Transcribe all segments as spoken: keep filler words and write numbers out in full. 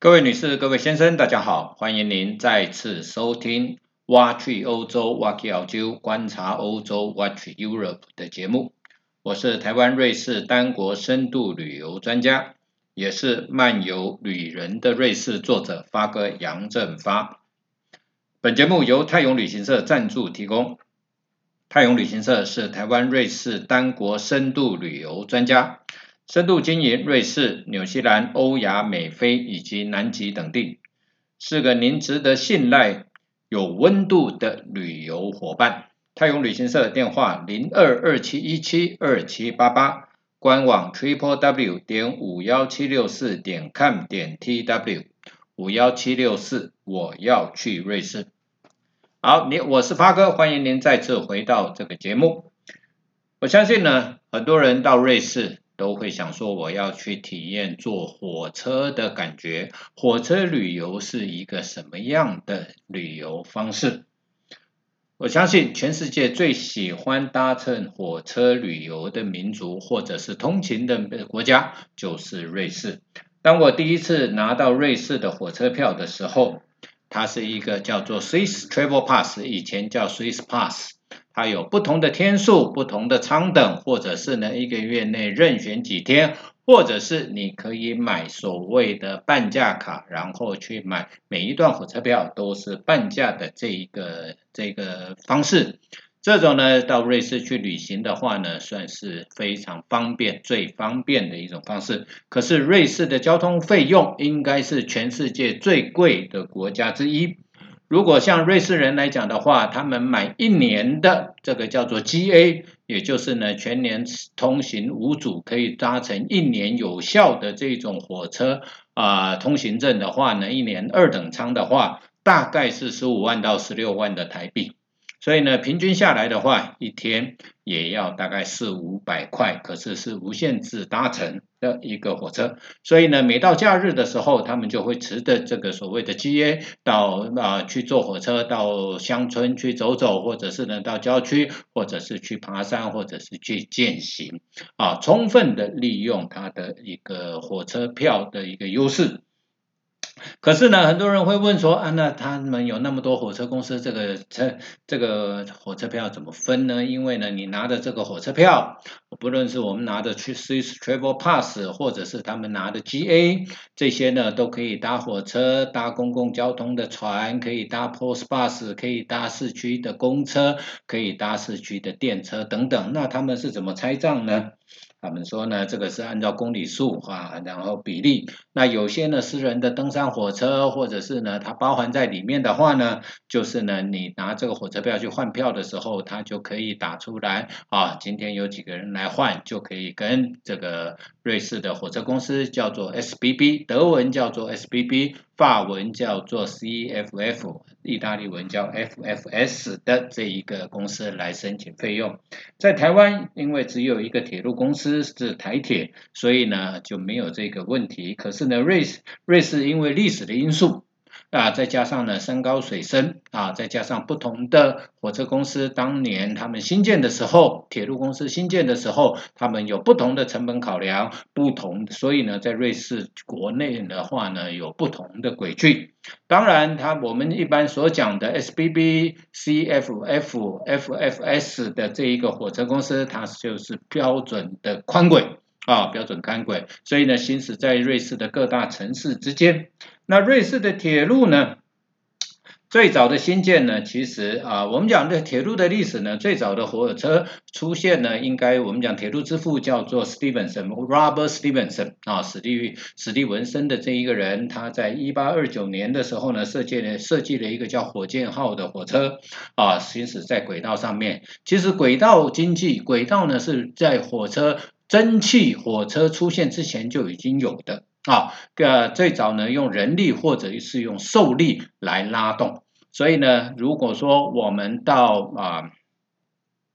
各位女士、各位先生，大家好，欢迎您再次收听挖去欧洲、挖去澳洲、观察欧洲、Watch Europe 的节目。我是台湾瑞士单国深度旅游专家，也是漫游旅人的瑞士作者发哥杨正发。本节目由泰永旅行社赞助提供。泰永旅行社是台湾瑞士单国深度旅游专家，深度经营瑞士、纽西兰、欧亚、美非以及南极等地，是个您值得信赖、有温度的旅游伙伴。泰永旅行社电话零二二七一七二七八八，官网 triple w 点五一七六四点 com 点 tw 五一七六四，我要去瑞士。好，你我是发哥，欢迎您再次回到这个节目。我相信呢，很多人到瑞士都会想说，我要去体验坐火车的感觉。火车旅游是一个什么样的旅游方式？我相信全世界最喜欢搭乘火车旅游的民族，或者是通勤的国家，就是瑞士。当我第一次拿到瑞士的火车票的时候，它是一个叫做 Swiss Travel Pass， 以前叫 Swiss Pass， 它有不同的天数、不同的舱等，或者是呢一个月内任选几天，或者是你可以买所谓的半价卡，然后去买每一段火车票都是半价的这一个这个方式。这种呢，到瑞士去旅行的话呢，算是非常方便、最方便的一种方式。可是瑞士的交通费用应该是全世界最贵的国家之一。如果像瑞士人来讲的话，他们买一年的这个叫做 G A， 也就是呢全年通行无阻，可以搭乘一年有效的这种火车啊、呃、通行证的话呢，一年二等舱的话，大概是十五万到十六万的台币。所以呢，平均下来的话，一天也要大概四五百块，可是是无限制搭乘的一个火车。所以呢，每到假日的时候，他们就会持着这个所谓的 G A 到啊、呃、去坐火车到乡村去走走，或者是呢到郊区，或者是去爬山，或者是去健行啊，充分的利用它的一个火车票的一个优势。可是呢，很多人会问说啊，那他们有那么多火车公司，这个车这个火车票怎么分呢？因为呢，你拿的这个火车票，不论是我们拿的去 Swiss Travel Pass， 或者是他们拿的 G A， 这些呢都可以搭火车、搭公共交通的船，可以搭 Post Bus， 可以搭市区的公车，可以搭市区的电车等等。那他们是怎么拆账呢？他们说呢，这个是按照公里数啊，然后比例。那有些呢，私人的登山火车，或者是呢，它包含在里面的话呢，就是呢，你拿这个火车票去换票的时候，它就可以打出来啊，今天有几个人来换，就可以跟这个瑞士的火车公司叫做 S B B， 德文叫做 S B B， 法文叫做 C F F， 意大利文叫 F F S 的这一个公司来申请费用。在台湾，因为只有一个铁路公司是台铁，所以呢就没有这个问题。可是呢，瑞士瑞士因为历史的因素啊，再加上呢山高水深啊，再加上不同的火车公司当年他们新建的时候，铁路公司新建的时候，他们有不同的成本考量，不同，所以呢，在瑞士国内的话呢，有不同的轨距。当然，它我们一般所讲的 S B B、C F F、F F S 的这一个火车公司，它就是标准的宽轨啊，标准宽轨，所以呢，行驶在瑞士的各大城市之间。那瑞士的铁路呢？最早的新建呢，其实啊，我们讲的铁路的历史呢，最早的火车出现呢，应该我们讲铁路之父叫做 Stephenson，Robert Stephenson 啊，史蒂史蒂文森的这一个人，他在一八二九年的时候呢，设计了设计了一个叫火箭号的火车啊，行驶在轨道上面。其实轨道经济，轨道呢是在火车蒸汽火车出现之前就已经有的。啊，呃，最早呢用人力或者是用受力来拉动，所以呢，如果说我们到啊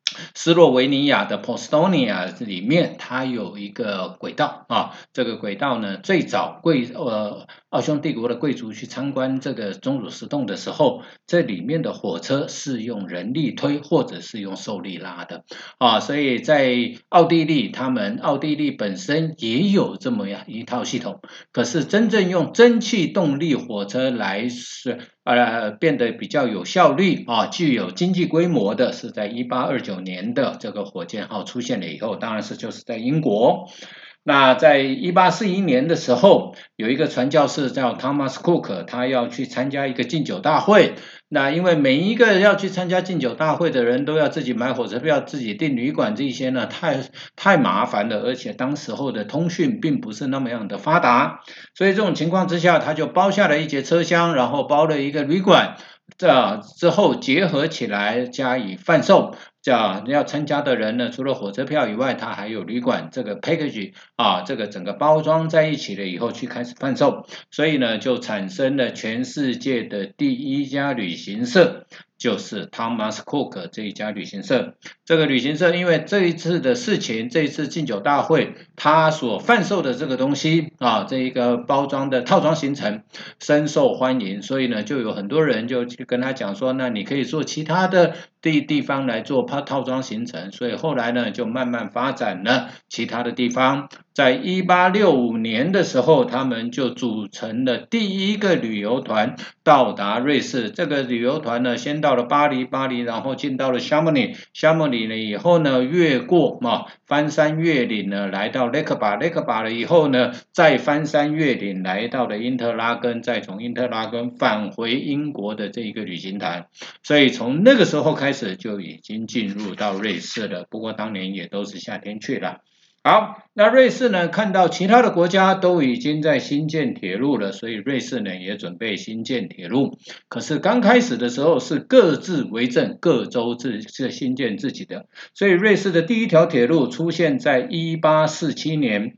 斯洛维尼亚的 Postonia 里面，它有一个轨道啊，这个轨道呢，最早贵呃奥匈帝国的贵族去参观这个钟乳石洞的时候，这里面的火车是用人力推或者是用受力拉的啊，所以在奥地利，他们奥地利本身也有这么样一套系统，可是真正用蒸汽动力火车来是。呃，变得比较有效率啊，具有经济规模的是在一八二九年的这个火箭号出现了以后，当然是就是在英国。那在一八四一年的时候，有一个传教士叫 Thomas Cook， 他要去参加一个禁酒大会。那因为每一个要去参加禁酒大会的人都要自己买火车票、自己订旅馆，这些呢太太麻烦了，而且当时候的通讯并不是那么样的发达，所以这种情况之下，他就包下了一节车厢，然后包了一个旅馆，这之后结合起来加以贩售。这要参加的人呢，除了火车票以外，他还有旅馆这个 package 啊，这个整个包装在一起了以后去开始贩售，所以呢，就产生了全世界的第一家旅行社。就是 Thomas Cook 这一家旅行社，这个旅行社因为这一次的事情，这一次禁酒大会，他所贩售的这个东西啊，这一个包装的套装行程深受欢迎，所以呢，就有很多人就去跟他讲说，那你可以做其他的地地方来做套装行程，所以后来呢，就慢慢发展了其他的地方。在一八六五年的时候，他们就组成了第一个旅游团到达瑞士。这个旅游团呢，先到了巴黎，巴黎然后进到了夏慕尼，夏慕尼了以后呢，越过嘛翻山越岭呢，来到雷克巴，雷克巴了以后呢，再翻山越岭来到了因特拉根，再从因特拉根返回英国的这一个旅行团。所以从那个时候开始就已经进入到瑞士了，不过当年也都是夏天去了。好，那瑞士呢，看到其他的国家都已经在新建铁路了，所以瑞士呢也准备新建铁路。可是刚开始的时候是各自为政，各州自是新建自己的，所以瑞士的第一条铁路出现在一八四七年，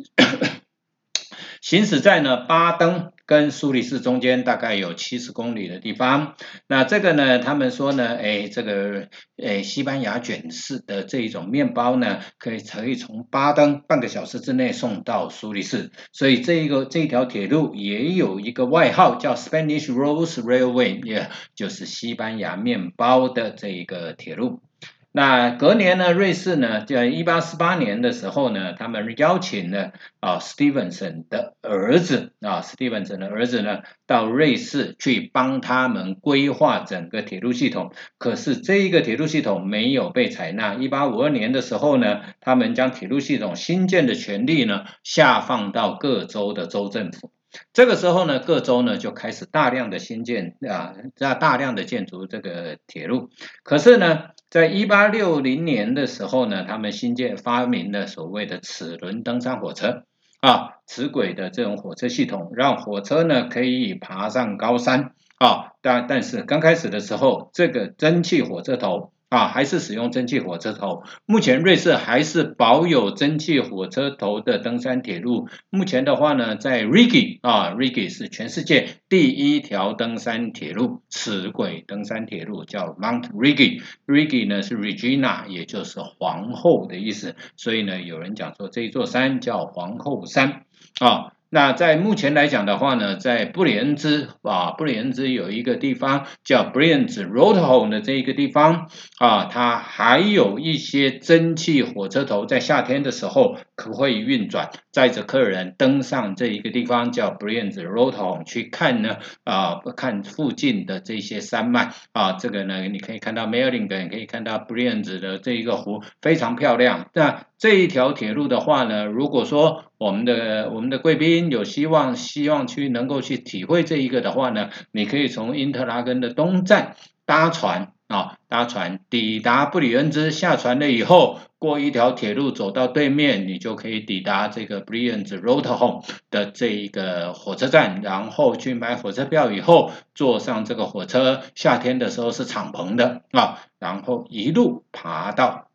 行驶在呢巴登跟苏黎世中间大概有七十公里的地方。那这个呢，他们说呢，哎，这个哎西班牙卷式的这一种面包呢，可以可以从巴登半个小时之内送到苏黎世，所以这一个这一条铁路也有一个外号叫 Spanish Rose Railway， 也就是西班牙面包的这一个铁路。那隔年呢，瑞士呢，在一八四八年的时候呢，他们邀请了啊 Stevenson 的儿子啊 Stevenson 的儿子呢，到瑞士去帮他们规划整个铁路系统。可是这一个铁路系统没有被采纳。一八五二年的时候呢，他们将铁路系统新建的权利呢，下放到各州的州政府。这个时候呢，各州呢就开始大量的新建啊，大量的建筑这个铁路。可是呢，在一八六零年的时候呢，他们新建发明了所谓的齿轮登山火车啊，齿轨的这种火车系统，让火车呢可以爬上高山啊。但但是刚开始的时候，这个蒸汽火车头啊，还是使用蒸汽火车头。目前瑞士还是保有蒸汽火车头的登山铁路。目前的话呢，在 Rigi 啊 ，Rigi 是全世界第一条登山铁路，齿轨登山铁路叫 Mount Rigi。Rigi 呢是 Regina， 也就是皇后的意思，所以呢，有人讲说这一座山叫皇后山啊。那在目前来讲的话呢，在布里恩兹啊，布里恩兹有一个地方叫 Brienz Rothholm 的这一个地方啊，它还有一些蒸汽火车头，在夏天的时候可会运转，载着客人登上这一个地方叫 Brienz Rothholm 去看呢啊，看附近的这些山脉啊，这个呢你可以看到 Merlingen， 可以看到 Brienz 的这一个湖非常漂亮。那这一条铁路的话呢，如果说我们的我们的贵宾有希望希望去能够去体会这一个的话呢，你可以从因特拉根的东站搭船啊，搭船抵达布里恩兹，下船了以后，过一条铁路走到对面，你就可以抵达这个 Brienz Rothholm 的这一个火车站，然后去买火车票以后，坐上这个火车，夏天的时候是敞篷的啊，然后一路爬到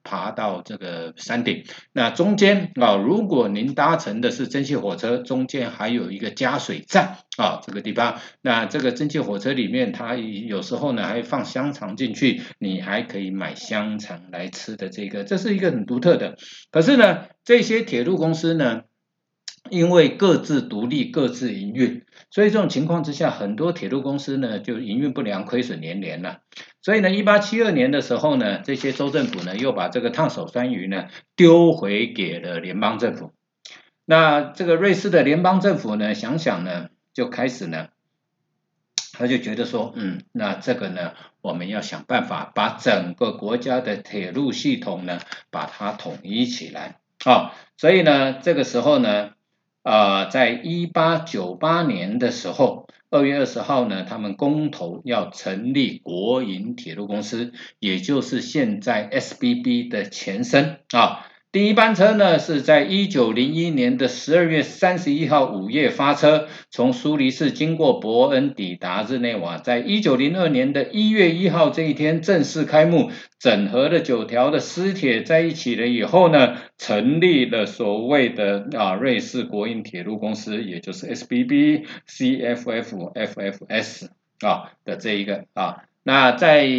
爬到这个山顶。那中间啊，如果您搭乘的是蒸汽火车，中间还有一个加水站啊，这个地方。那这个蒸汽火车里面，它有时候呢还放香肠进去，你还可以买香肠来吃的这个，这是一个很独特的。可是呢，这些铁路公司呢，因为各自独立、各自营运，所以这种情况之下，很多铁路公司呢就营运不良，亏损连连了。所以呢，一八七二年的时候呢，这些州政府呢又把这个烫手山芋呢丢回给了联邦政府。那这个瑞士的联邦政府呢，想想呢，就开始呢，他就觉得说，嗯，那这个呢，我们要想办法把整个国家的铁路系统呢，把它统一起来啊、哦。所以呢，这个时候呢，呃，在一八九八年的时候，二月二十号呢，他们公投要成立国营铁路公司，也就是现在 S B B 的前身啊。第一班车呢是在一九零一年的十二月三十一号午夜发车，从苏黎世经过伯恩抵达日内瓦，在一九零二年的一月一号这一天正式开幕，整合了九条的私铁在一起了以后呢，成立了所谓的啊瑞士国营铁路公司，也就是 S B B、C F F、F F S 啊的这一个啊，那在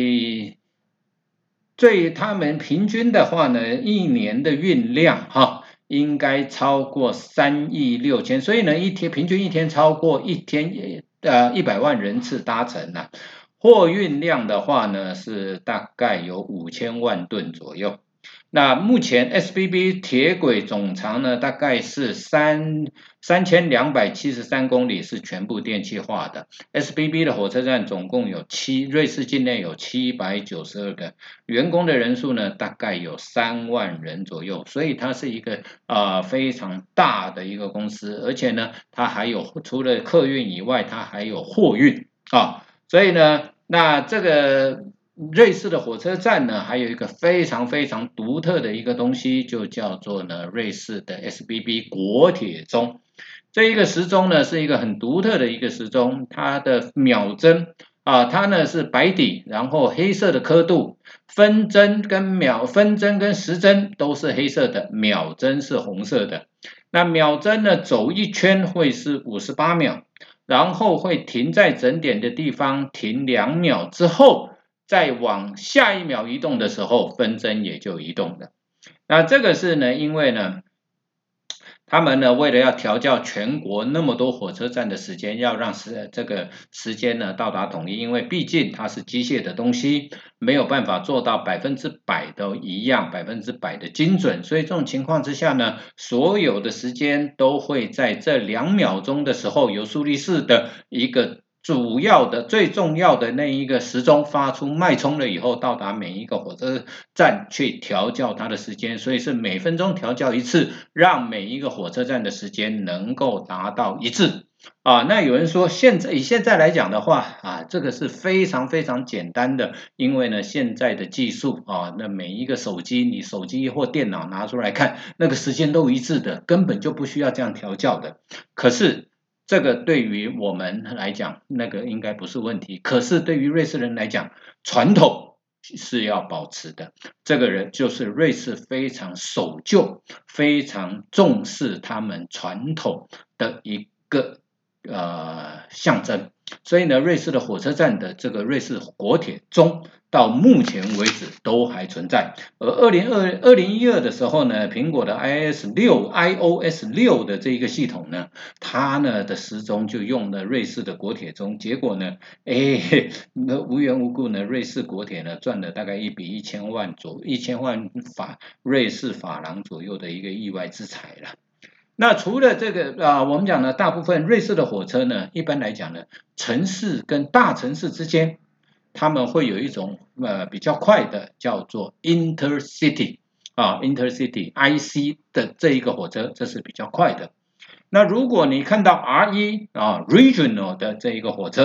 对他们平均的话呢，一年的运量哈，应该超过三亿六千，所以呢，一天平均一天超过一天呃一百万人次搭乘呐、啊，货运量的话呢是大概有五千万吨左右。那目前 S B B 铁轨总长呢，大概是三三千两百七十三公里，是全部电气化的。S B B 的火车站总共有七，瑞士境内有七百九十二个，员工的人数呢，大概有三万人左右，所以它是一个啊、呃、非常大的一个公司，而且呢，它还有除了客运以外，它还有货运啊，所以呢，那这个。瑞士的火车站呢，还有一个非常非常独特的一个东西，就叫做呢瑞士的 S B B 国铁钟。这一个时钟呢是一个很独特的一个时钟，它的秒针啊，它呢是白底，然后黑色的刻度，分针跟秒分针跟时针都是黑色的，秒针是红色的。那秒针呢走一圈会是五十八秒，然后会停在整点的地方停两秒之后。再往下一秒移动的时候，分针也就移动了。那这个是呢，因为呢，他们呢为了要调教全国那么多火车站的时间，要让时这个时间呢到达统一，因为毕竟它是机械的东西，没有办法做到百分之百的一样，百分之百的精准，所以这种情况之下呢，所有的时间都会在这两秒钟的时候，由苏黎世的一个。主要的最重要的那一个时钟发出脉冲了以后，到达每一个火车站去调校它的时间，所以是每分钟调校一次，让每一个火车站的时间能够达到一致。啊，那有人说现在以现在来讲的话啊，这个是非常非常简单的，因为呢现在的技术啊，那每一个手机你手机或电脑拿出来看，那个时间都一致的，根本就不需要这样调校的。可是。这个对于我们来讲，那个应该不是问题。可是对于瑞士人来讲，传统是要保持的。这个人就是瑞士非常守旧、非常重视他们传统的一个呃象征。所以呢，瑞士的火车站的这个瑞士国铁钟到目前为止都还存在。而二零二二零一二的时候呢，苹果的 iOS 六 iOS 六的这一个系统呢，它呢的时钟就用了瑞士的国铁钟，结果呢，哎，那无缘无故呢，瑞士国铁呢赚了大概一笔一千万左一千万法瑞士法郎左右的一个意外之财了。那除了这个啊、呃，我们讲呢，大部分瑞士的火车呢，一般来讲呢，城市跟大城市之间，他们会有一种呃比较快的叫做 Intercity 啊 Intercity I C 的这一个火车，这是比较快的。那如果你看到 R 一 啊 Regional 的这一个火车，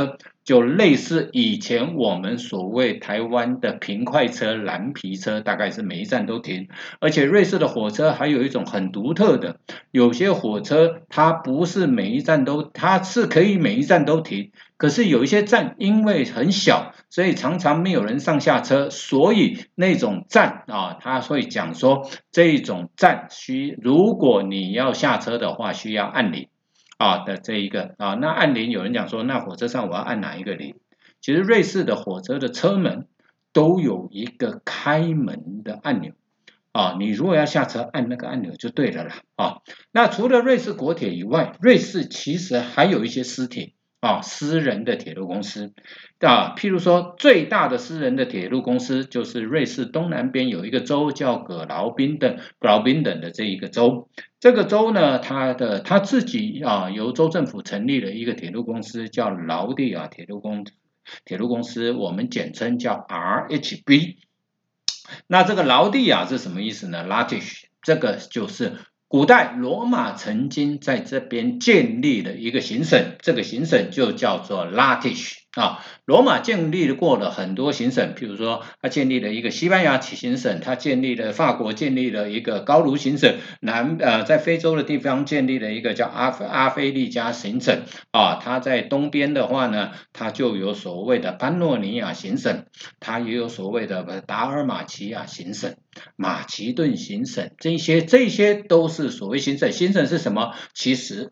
就类似以前我们所谓台湾的平快车、蓝皮车，大概是每一站都停。而且瑞士的火车还有一种很独特的，有些火车它不是每一站都，它是可以每一站都停，可是有一些站因为很小，所以常常没有人上下车，所以那种站啊，他会讲说这种站需，如果你要下车的话，需要按铃。啊的这一个啊，那按铃有人讲说，那火车上我要按哪一个铃？其实瑞士的火车的车门都有一个开门的按钮啊，你如果要下车按那个按钮就对了啦啊。那除了瑞士国铁以外，瑞士其实还有一些私铁啊，私人的铁路公司啊，譬如说最大的私人的铁路公司就是瑞士东南边有一个州叫葛劳宾登，葛劳宾登的这一个州。这个州呢，它的它自己啊，由州政府成立了一个铁路公司，叫劳蒂亚铁路公铁路公司，我们简称叫 R H B。那这个劳蒂亚是什么意思呢 ？Latish， 这个就是古代罗马曾经在这边建立了一个行省，这个行省就叫做 Latish。啊，罗马建立过了很多行省，譬如说，他建立了一个西班牙行省，他建立了法国建立了一个高卢行省，南呃在非洲的地方建立了一个叫阿阿非利加行省啊，他在东边的话呢，他就有所谓的潘诺尼亚行省，他也有所谓的达尔马齐亚行省、马其顿行省，这些这些都是所谓行省。行省是什么？其实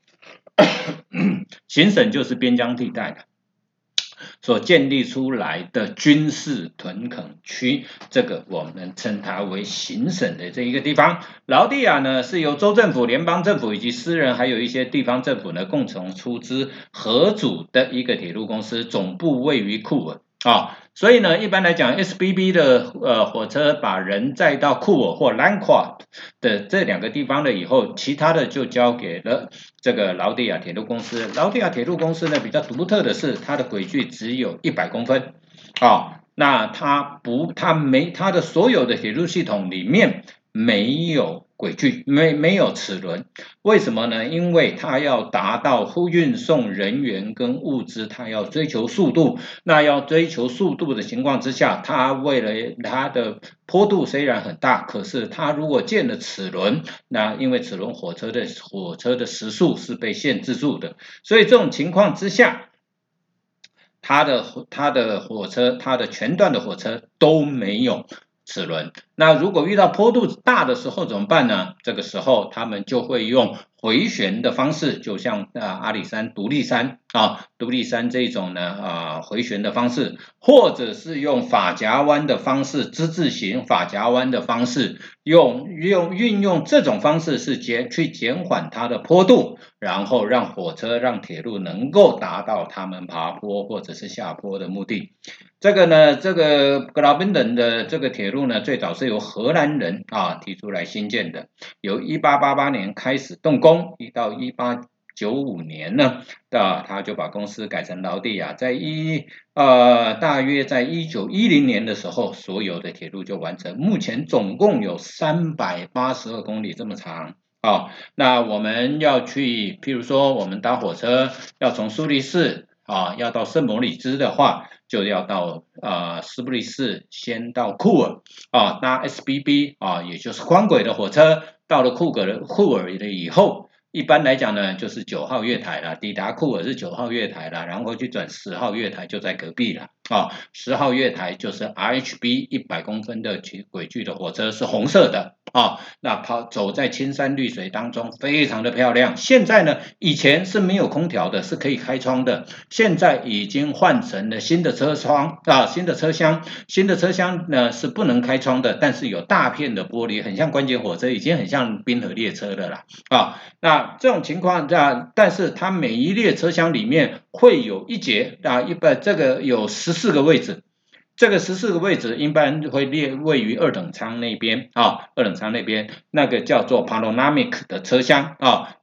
行省就是边疆地带的。所建立出来的军事屯垦区，这个我们称它为行省的这一个地方。劳蒂亚呢是由州政府、联邦政府以及私人还有一些地方政府呢共同出资合组的一个铁路公司，总部位于库尔啊。所以呢，一般来讲 ，S B B 的呃火车把人载到库尔或兰卡的这两个地方了以后，其他的就交给了这个劳蒂亚铁路公司。劳蒂亚铁路公司呢比较独特的是，它的轨距只有一百公分，啊，那它不，它没它的所有的铁路系统里面没有轨距，没没有齿轮，为什么呢？因为它要达到运送人员跟物资，它要追求速度。那要追求速度的情况之下，它为了它的坡度虽然很大，可是它如果建了齿轮，那因为齿轮火车的火车的时速是被限制住的，所以这种情况之下，它的它的火车，它的全段的火车都没有齿轮。那如果遇到坡度大的时候怎么办呢？这个时候他们就会用回旋的方式，就像啊阿里山、独立山啊、独立山这种呢啊回旋的方式，或者是用法夹弯的方式，之字形法夹弯的方式，用用运用这种方式是减去减缓它的坡度，然后让火车让铁路能够达到他们爬坡或者是下坡的目的。这个呢，这个格劳宾登的这个铁路呢，最早是由荷兰人啊提出来兴建的，由一八八八年开始动工，一到一八九五年呢，啊，他就把公司改成劳蒂亚，在一呃大约在一九一零年的时候，所有的铁路就完成，目前总共有三百八十二公里这么长。啊，那我们要去，譬如说我们搭火车要从苏黎世啊，要到圣莫里兹的话，就要到呃斯布利士，先到库尔啊，搭 S B B 啊，也就是宽轨的火车，到了库尔库尔了以后，一般来讲呢，就是九号月台了，抵达库尔是九号月台了，然后去转十号月台就在隔壁了啊，十号月台就是 R H B 一百公分的轨距的火车，是红色的。啊，那跑走在青山绿水当中，非常的漂亮。现在呢，以前是没有空调的，是可以开窗的。现在已经换成了新的车窗啊，新的车厢，新的车厢呢是不能开窗的，但是有大片的玻璃，很像关节火车，已经很像滨河列车了啦。啊，那这种情况下，但是它每一列车厢里面会有一节啊，一般这个有十四个位置。这个十四个位置一般会列位于二等舱那边啊，二等舱那边那个叫做 panoramic 的车厢啊，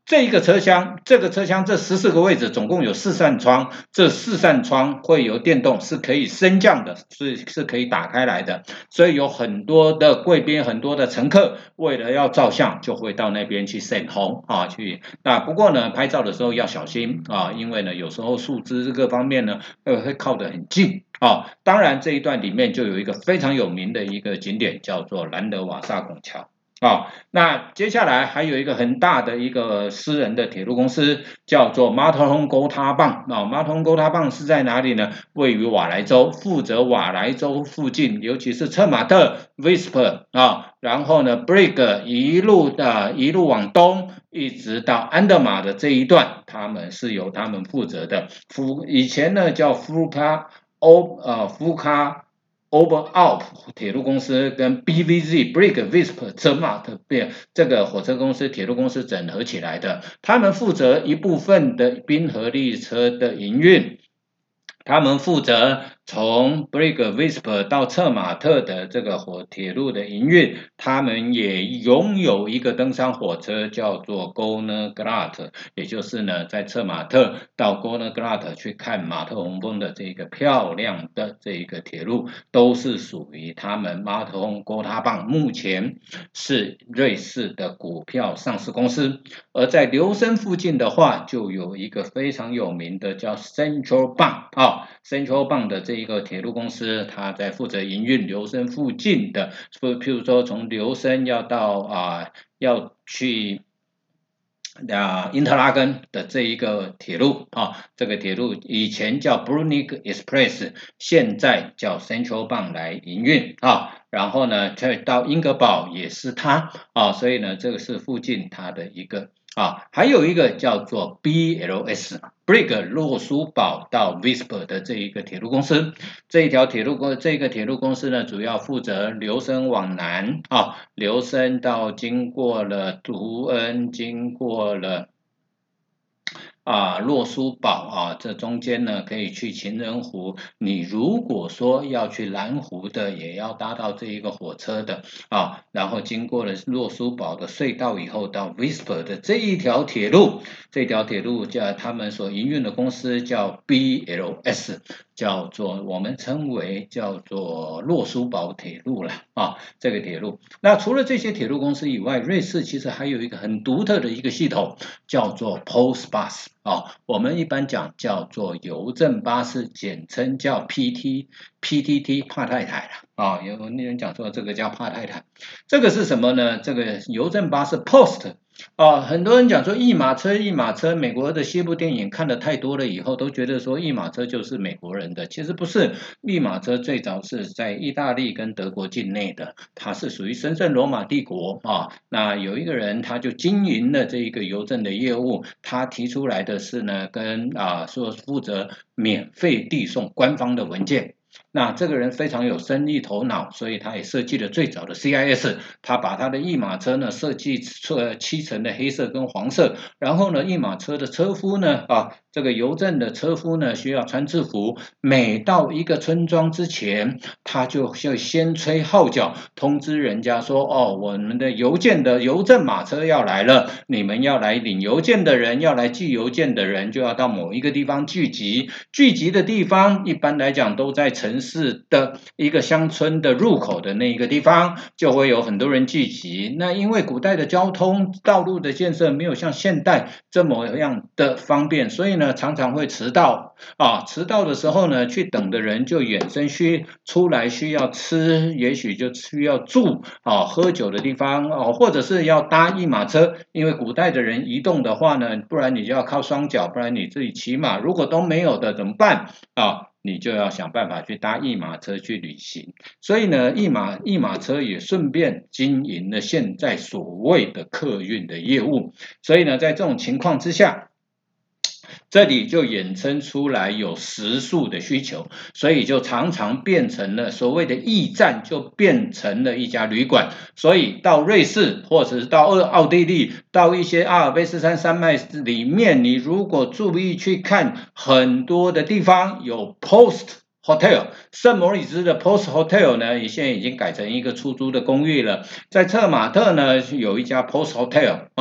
这一个车厢，这个车厢这十四个位置总共有四扇窗，这四扇窗会有电动，是可以升降的，是是可以打开来的，所以有很多的贵宾，很多的乘客为了要照相，就会到那边去闪红啊去。那不过呢，拍照的时候要小心啊，因为呢有时候树枝这个方面呢，呃会靠得很近。啊，当然这一段里面就有一个非常有名的一个景点，叫做兰德瓦萨拱桥。啊，那接下来还有一个很大的一个私人的铁路公司，叫做马特洪沟塔棒。啊，马特洪沟塔棒是在哪里呢？位于瓦莱州，负责瓦莱州附近，尤其是策马特、Whisper 啊，然后呢 Brig 一路的一路往东，一直到安德玛的这一段，他们是由他们负责的。福以前呢叫福卡欧呃福卡。Oberalp 铁路公司跟 B V Z Brig Visp 车马特这个火车公司铁路公司整合起来的，他们负责一部分的宾合列车的营运，他们负责从 Brig Visp 到策马特的这个火铁路的营运，他们也拥有一个登山火车叫做 Gorner Grat， 也就是呢在策马特到 Gorner Grat 去看马特洪峰的这个漂亮的这个铁路，都是属于他们马特洪沟塔棒，目前是瑞士的股票上市公司。而在留声附近的话，就有一个非常有名的叫 Central Bank 啊。Central Bank 的这一个铁路公司，它在负责营运留声附近的，譬如说从留声要到啊要去啊因特拉根的这一个铁路啊，这个铁路以前叫 Brunig Express， 现在叫 Central Bank 来营运啊。然后呢，再到英格堡也是它啊，所以呢，这个是附近它的一个。啊，还有一个叫做 B L S Brig 洛苏堡到 Visp 的这一个铁路公司，这一条铁路公这个铁路公司呢，主要负责留声往南啊，留声到经过了图恩，经过了。啊，洛苏堡啊，这中间呢可以去情人湖。你如果说要去蓝湖的，也要搭到这一个火车的啊，然后经过了洛苏堡的隧道以后，到 Visp 的这一条铁路，这条铁路叫他们所营运的公司叫 B L S， 叫做我们称为叫做洛苏堡铁路了啊，这个铁路。那除了这些铁路公司以外，瑞士其实还有一个很独特的一个系统，叫做 Post Bus。哦，我们一般讲叫做邮政巴士，简称叫 P T P T T 帕太太了啊。有人讲说这个叫帕太太，这个是什么呢？这个邮政巴士 Post 啊，很多人讲说一马车一马车，美国的西部电影看的太多了以后，都觉得说一马车就是美国人的，其实不是。一马车最早是在意大利跟德国境内的，它是属于神圣罗马帝国啊。那有一个人他就经营了这一个邮政的业务，他提出来的是呢，跟啊说负责免费递送官方的文件。那这个人非常有生意头脑，所以他也设计了最早的 C I S。他把他的一马车呢设计出漆成的黑色跟黄色，然后呢，一马车的车夫呢啊，这个邮政的车夫呢需要穿制服，每到一个村庄之前，他就要先吹号角，通知人家说哦，我们的邮件的邮政马车要来了，你们要来领邮件的人，要来寄邮件的人，就要到某一个地方聚集。聚集的地方一般来讲都在城市的一个乡村的入口的那一个地方，就会有很多人聚集。那因为古代的交通道路的建设没有像现代这么样的方便，所以呢常常会迟到啊。迟到的时候呢，去等的人就衍生需出来需要吃，也许就需要住啊，喝酒的地方哦，或者是要搭一马车，因为古代的人移动的话呢，不然你就要靠双脚，不然你自己骑马，如果都没有的怎么办啊？你就要想办法去搭一马车去旅行。所以呢，一马一马车也顺便经营了现在所谓的客运的业务。所以呢，在这种情况之下，这里就衍生出来有食宿的需求，所以就常常变成了所谓的驿站，就变成了一家旅馆。所以到瑞士或者是到奥地利，到一些阿尔卑斯山山脉里面，你如果注意去看，很多的地方有 Post Hotel， 圣莫里兹的 Post Hotel 呢，现在已经改成一个出租的公寓了。在策马特呢，有一家 Post Hotel 啊。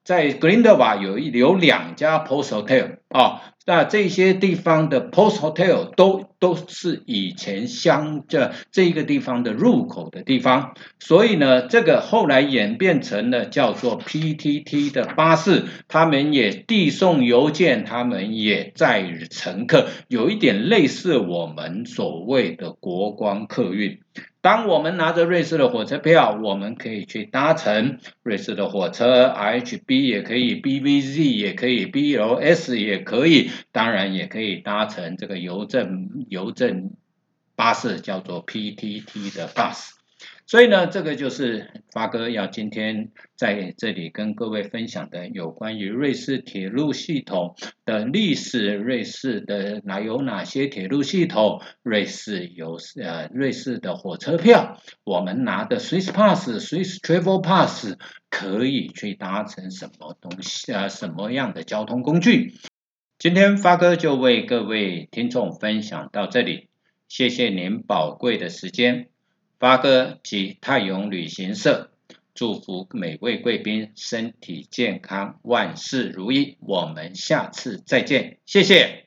在 Grindelwald 有有两家 Post Hotel 啊，那这些地方的 Post Hotel 都都是以前乡这这个地方的入口的地方，所以呢，这个后来演变成了叫做 P T T 的巴士，他们也递送邮件，他们也载乘客，有一点类似我们所谓的国光客运。当我们拿着瑞士的火车票，我们可以去搭乘瑞士的火车 R H B 也可以 B V Z 也可以 B L S 也可以，当然也可以搭乘这个邮政邮政巴士，叫做 P T T 的 bus。所以呢，这个就是发哥要今天在这里跟各位分享的有关于瑞士铁路系统的历史，瑞士的哪有哪些铁路系统，瑞士有呃瑞士的火车票，我们拿的 Swiss Pass、Swiss Travel Pass 可以去搭乘什么东西啊，什么样的交通工具。今天发哥就为各位听众分享到这里，谢谢您宝贵的时间。发哥及泰永旅行社祝福每位贵宾身体健康，万事如意。我们下次再见，谢谢。